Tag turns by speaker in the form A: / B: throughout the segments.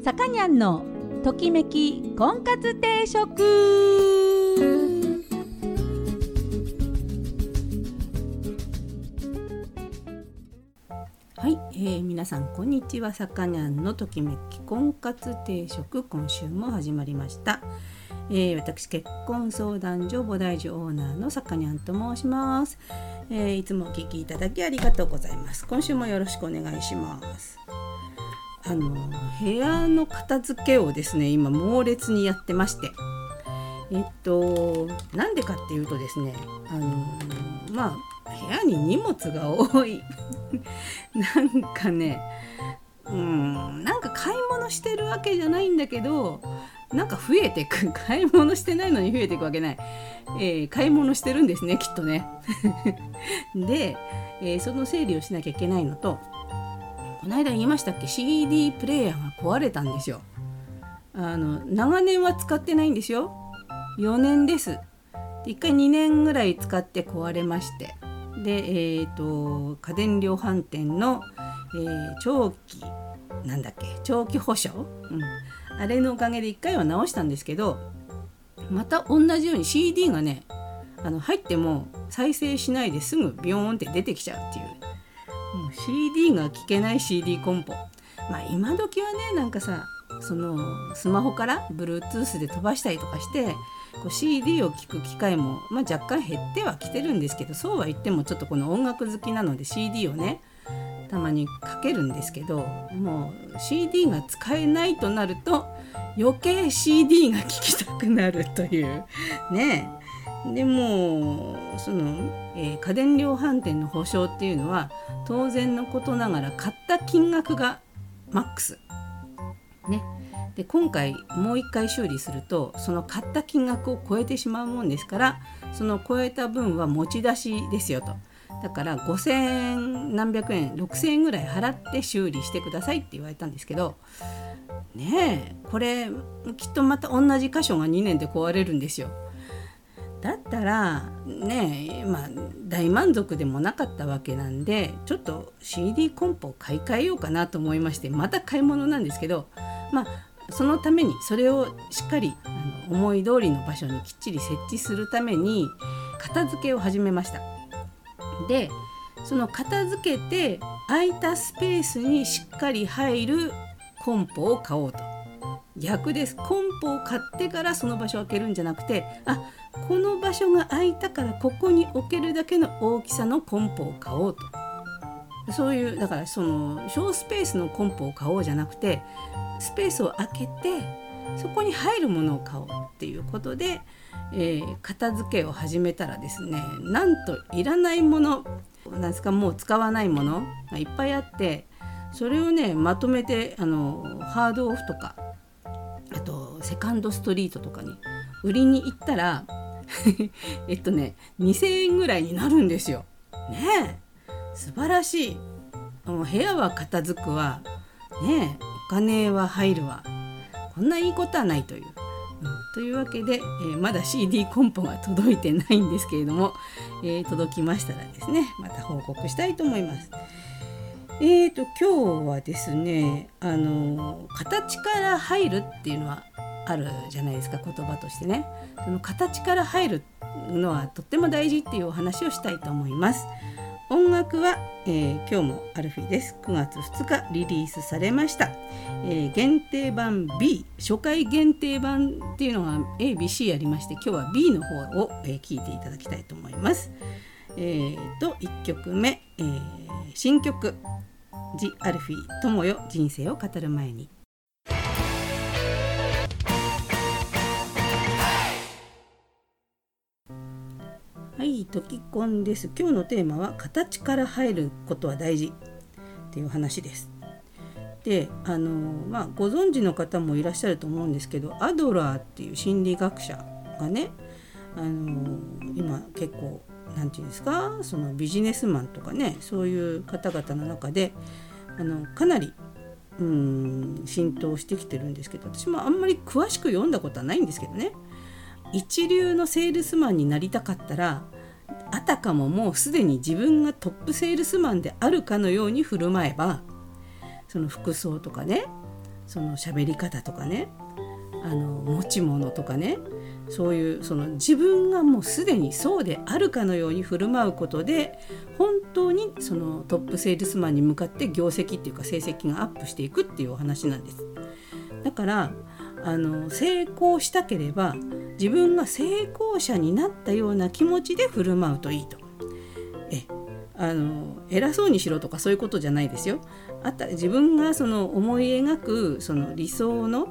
A: さかにゃんのときめき婚活定食。はい、皆さんこんにちは。さかにゃんのときめき婚活定食、今週も始まりました。私結婚相談所菩提寺オーナーのさかにゃんと申します。いつもお聞きいただきありがとうございます。今週もよろしくお願いします。部屋の片付けをですね、今猛烈にやってまして、なんでかっていうとですね、部屋に荷物が多いなんかね、なんか買い物してるわけじゃないんだけど、なんか増えてく、買い物してないのに増えていくわけない、買い物してるんですね、きっとねで、その整理をしなきゃいけないのと、この間言いましたっけ、 CD プレイヤーが壊れたんですよ。長年は使ってないんですよ。4年です。で1回2年ぐらい使って壊れまして、で、家電量販店の、長期保証、あれのおかげで1回は直したんですけど、また同じように CD がね、入っても再生しないですぐビヨーンって出てきちゃうっていう、もう CD が聴けない CD コンポ。今時はね、なんかさ、そのスマホから Bluetooth で飛ばしたりとかしてCD を聴く機会も、若干減ってはきてるんですけど、そうは言ってもちょっとこの音楽好きなので CD をねたまにかけるんですけど、もう CD が使えないとなると余計 CD が聴きたくなるというね。でもその、家電量販店の保証っていうのは当然のことながら買った金額がマックスね。で今回もう一回修理すると、その買った金額を超えてしまうもんですから、その超えた分は持ち出しですよと。だから5000何百円、6000円ぐらい払って修理してくださいって言われたんですけどね、これきっとまた同じ箇所が2年で壊れるんですよ。だったらね、大満足でもなかったわけなんで、ちょっと CD コンポを買い替えようかなと思いまして、また買い物なんですけど、そのためにそれをしっかり思い通りの場所にきっちり設置するために片付けを始めました。でその片付けて空いたスペースにしっかり入るコンポを買おうと。逆です。コンポを買ってからその場所を開けるんじゃなくて、この場所が空いたからここに置けるだけの大きさのコンポを買おうと。そういう、だからその小スペースのコンポを買おうじゃなくて、スペースを空けてそこに入るものを買おうっていうことで、片付けを始めたらですね、なんといらないものなんですか、もう使わないものがいっぱいあって、それをねまとめてハードオフとか、あとセカンドストリートとかに売りに行ったら2000円ぐらいになるんですよね。素晴らしい。部屋は片付くわね、お金は入るわ、こんないいことはないという、というわけで、まだ CD コンポが届いてないんですけれども、届きましたらですね、また報告したいと思います。今日はですね、形から入るっていうのはあるじゃないですか、言葉としてね。その形から入るのはとっても大事っていうお話をしたいと思います。音楽は、今日もアルフィーです。9月2日リリースされました、限定版 B、 初回限定版っていうのが ABC ありまして、今日は B の方を、聴いていただきたいと思います。1曲目、新曲ジ・アルフィー友よ人生を語る前に。はい、トキコンです。今日のテーマは形から入ることは大事っていう話です。でご存知の方もいらっしゃると思うんですけど、アドラーっていう心理学者がね、今結構なんていうんですか、そのビジネスマンとかね、そういう方々の中でかなり浸透してきてるんですけど、私もあんまり詳しく読んだことはないんですけどね、一流のセールスマンになりたかったら、あたかももうすでに自分がトップセールスマンであるかのように振る舞えば、その服装とかね、 その喋り方とかね、持ち物とかね、そういうその自分がもうすでにそうであるかのように振る舞うことで、本当にそのトップセールスマンに向かって業績っていうか成績がアップしていくっていうお話なんです。だから成功したければ自分が成功者になったような気持ちで振る舞うといいと。偉そうにしろとかそういうことじゃないですよ。自分がその思い描くその理想の、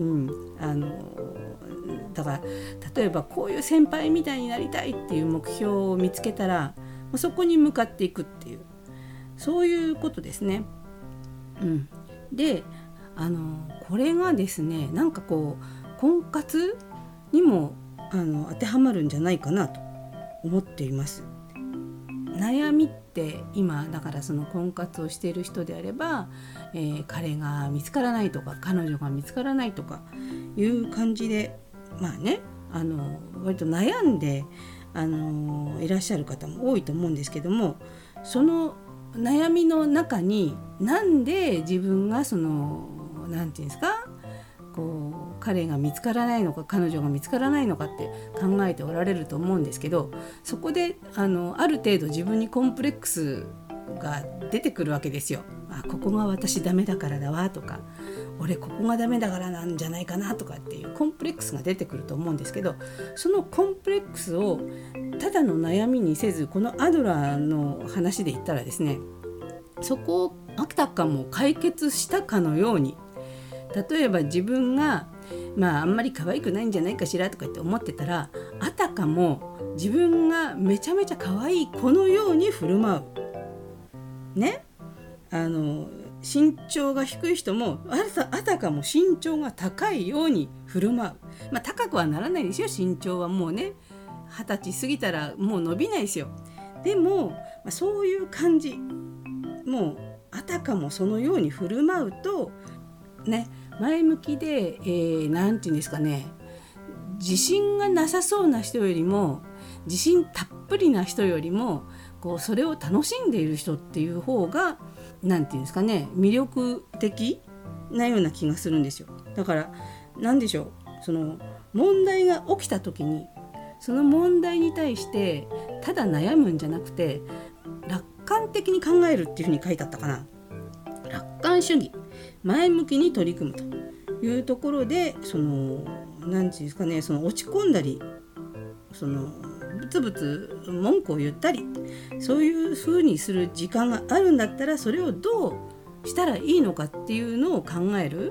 A: だから例えばこういう先輩みたいになりたいっていう目標を見つけたらそこに向かっていくっていう、そういうことですね。でこれがですね、なんかこう婚活にも当てはまるんじゃないかなと思っています。悩みって今だからその婚活をしている人であれば、彼が見つからないとか彼女が見つからないとかいう感じで、割と悩んでいらっしゃる方も多いと思うんですけども、その悩みの中になんで自分がそのなんていうんですか、こう彼が見つからないのか彼女が見つからないのかって考えておられると思うんですけど、そこである程度自分にコンプレックスが出てくるわけですよ。ここが私ダメだからだわとか、俺ここがダメだからなんじゃないかなとかっていうコンプレックスが出てくると思うんですけど、そのコンプレックスをただの悩みにせず、このアドラーの話で言ったらですね、そこをあたかも解決したかのように、例えば自分があんまり可愛くないんじゃないかしらとかって思ってたら、あたかも自分がめちゃめちゃ可愛い子のように振る舞うね。身長が低い人もあたかも身長が高いように振る舞う。高くはならないですよ、身長はもうね20歳過ぎたらもう伸びないですよ。でも、そういう感じ、もうあたかもそのように振る舞うとね、前向きで、なんていうんですかね、自信がなさそうな人よりも自信たっぷりな人よりもそれを楽しんでいる人っていう方がなんていうんですかね、魅力的なような気がするんですよ。だからなんでしょう、その問題が起きた時にその問題に対してただ悩むんじゃなくて楽観的に考えるっていうふうに書いてあったかな。楽観主義、前向きに取り組むというところで、なんていうんですかね、落ち込んだりブツブツ文句を言ったり、そういう風にする時間があるんだったら、それをどうしたらいいのかっていうのを考える、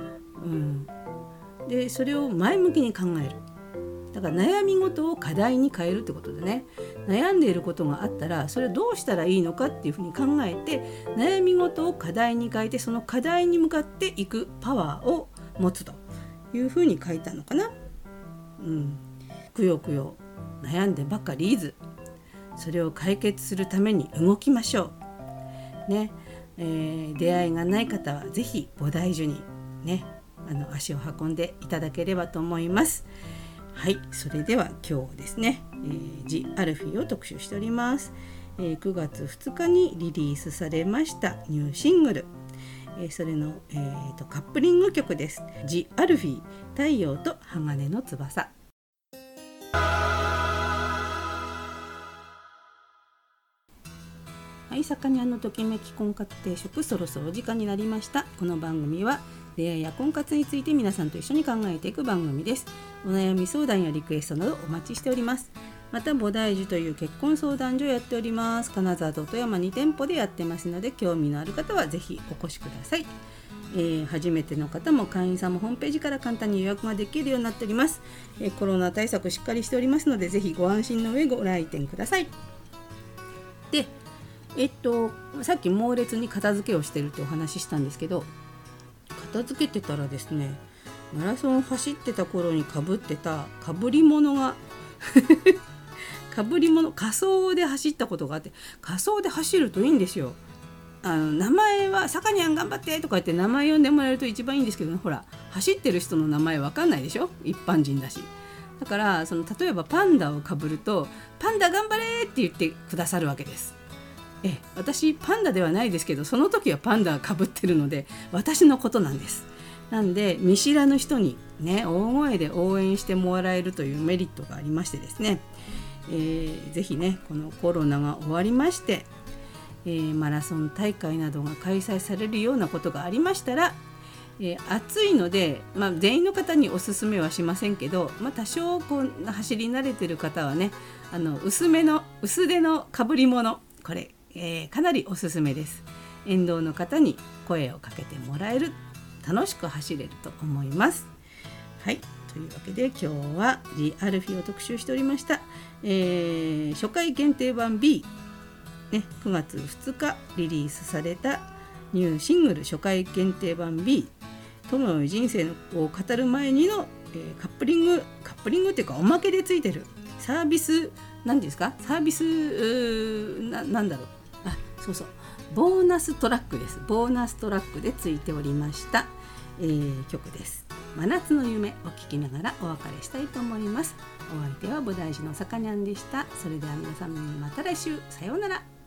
A: でそれを前向きに考える。だから悩み事を課題に変えるってことでね、悩んでいることがあったらそれをどうしたらいいのかっていうふうに考えて、悩み事を課題に変えて、その課題に向かっていくパワーを持つというふうに書いたのかな。くよくよ悩んでばかりいず、それを解決するために動きましょうね。出会いがない方はぜひ菩提樹にね足を運んでいただければと思います。はい、それでは今日ですね、ジ・アルフィーを特集しております。9月2日にリリースされましたニューシングル、それの、カップリング曲です。ジ・アルフィー、太陽と鋼の翼。はい、さかにゃんのときめき婚活定食、そろそろお時間になりました。この番組は出会いや婚活について皆さんと一緒に考えていく番組です。お悩み相談やリクエストなどお待ちしております。また菩提樹という結婚相談所をやっております。金沢と富山2店舗でやってますので、興味のある方はぜひお越しください。初めての方も会員さんもホームページから簡単に予約ができるようになっております。コロナ対策しっかりしておりますので、ぜひご安心の上ご来店ください。でさっき猛烈に片付けをしてるってお話ししたんですけど、片付けてたらですね、マラソン走ってた頃にかぶってたかぶり物が仮装で走ったことがあって、仮装で走るといいんですよ。名前はさかにゃん頑張ってとか言って名前呼んでもらえると一番いいんですけど、ほら走ってる人の名前わかんないでしょ、一般人だし。だから例えばパンダをかぶると、パンダ頑張れって言ってくださるわけです。私パンダではないですけど、その時はパンダがかぶってるので私のことなんです。 なんで見知らぬ人にね大声で応援してもらえるというメリットがありましてですね、ぜひねこのコロナが終わりまして、マラソン大会などが開催されるようなことがありましたら、暑いので、全員の方におすすめはしませんけど、多少こう走り慣れてる方はね薄手のかぶり物これ、かなりおすすめです。沿道の方に声をかけてもらえる、楽しく走れると思います。はい、というわけで今日は The アルフィを特集しておりました。初回限定版 B、9月2日リリースされたニューシングル初回限定版 B、 友の人生を語る前にの、カップリングっていうかおまけでついてるサービスなんですか、サービスなんだろう、そうそう、ボーナストラックです。ボーナストラックでついておりました、曲です。真夏の夢を聴きながらお別れしたいと思います。お相手は菩提寺のさかにゃんでした。それでは皆さんまた来週、さようなら。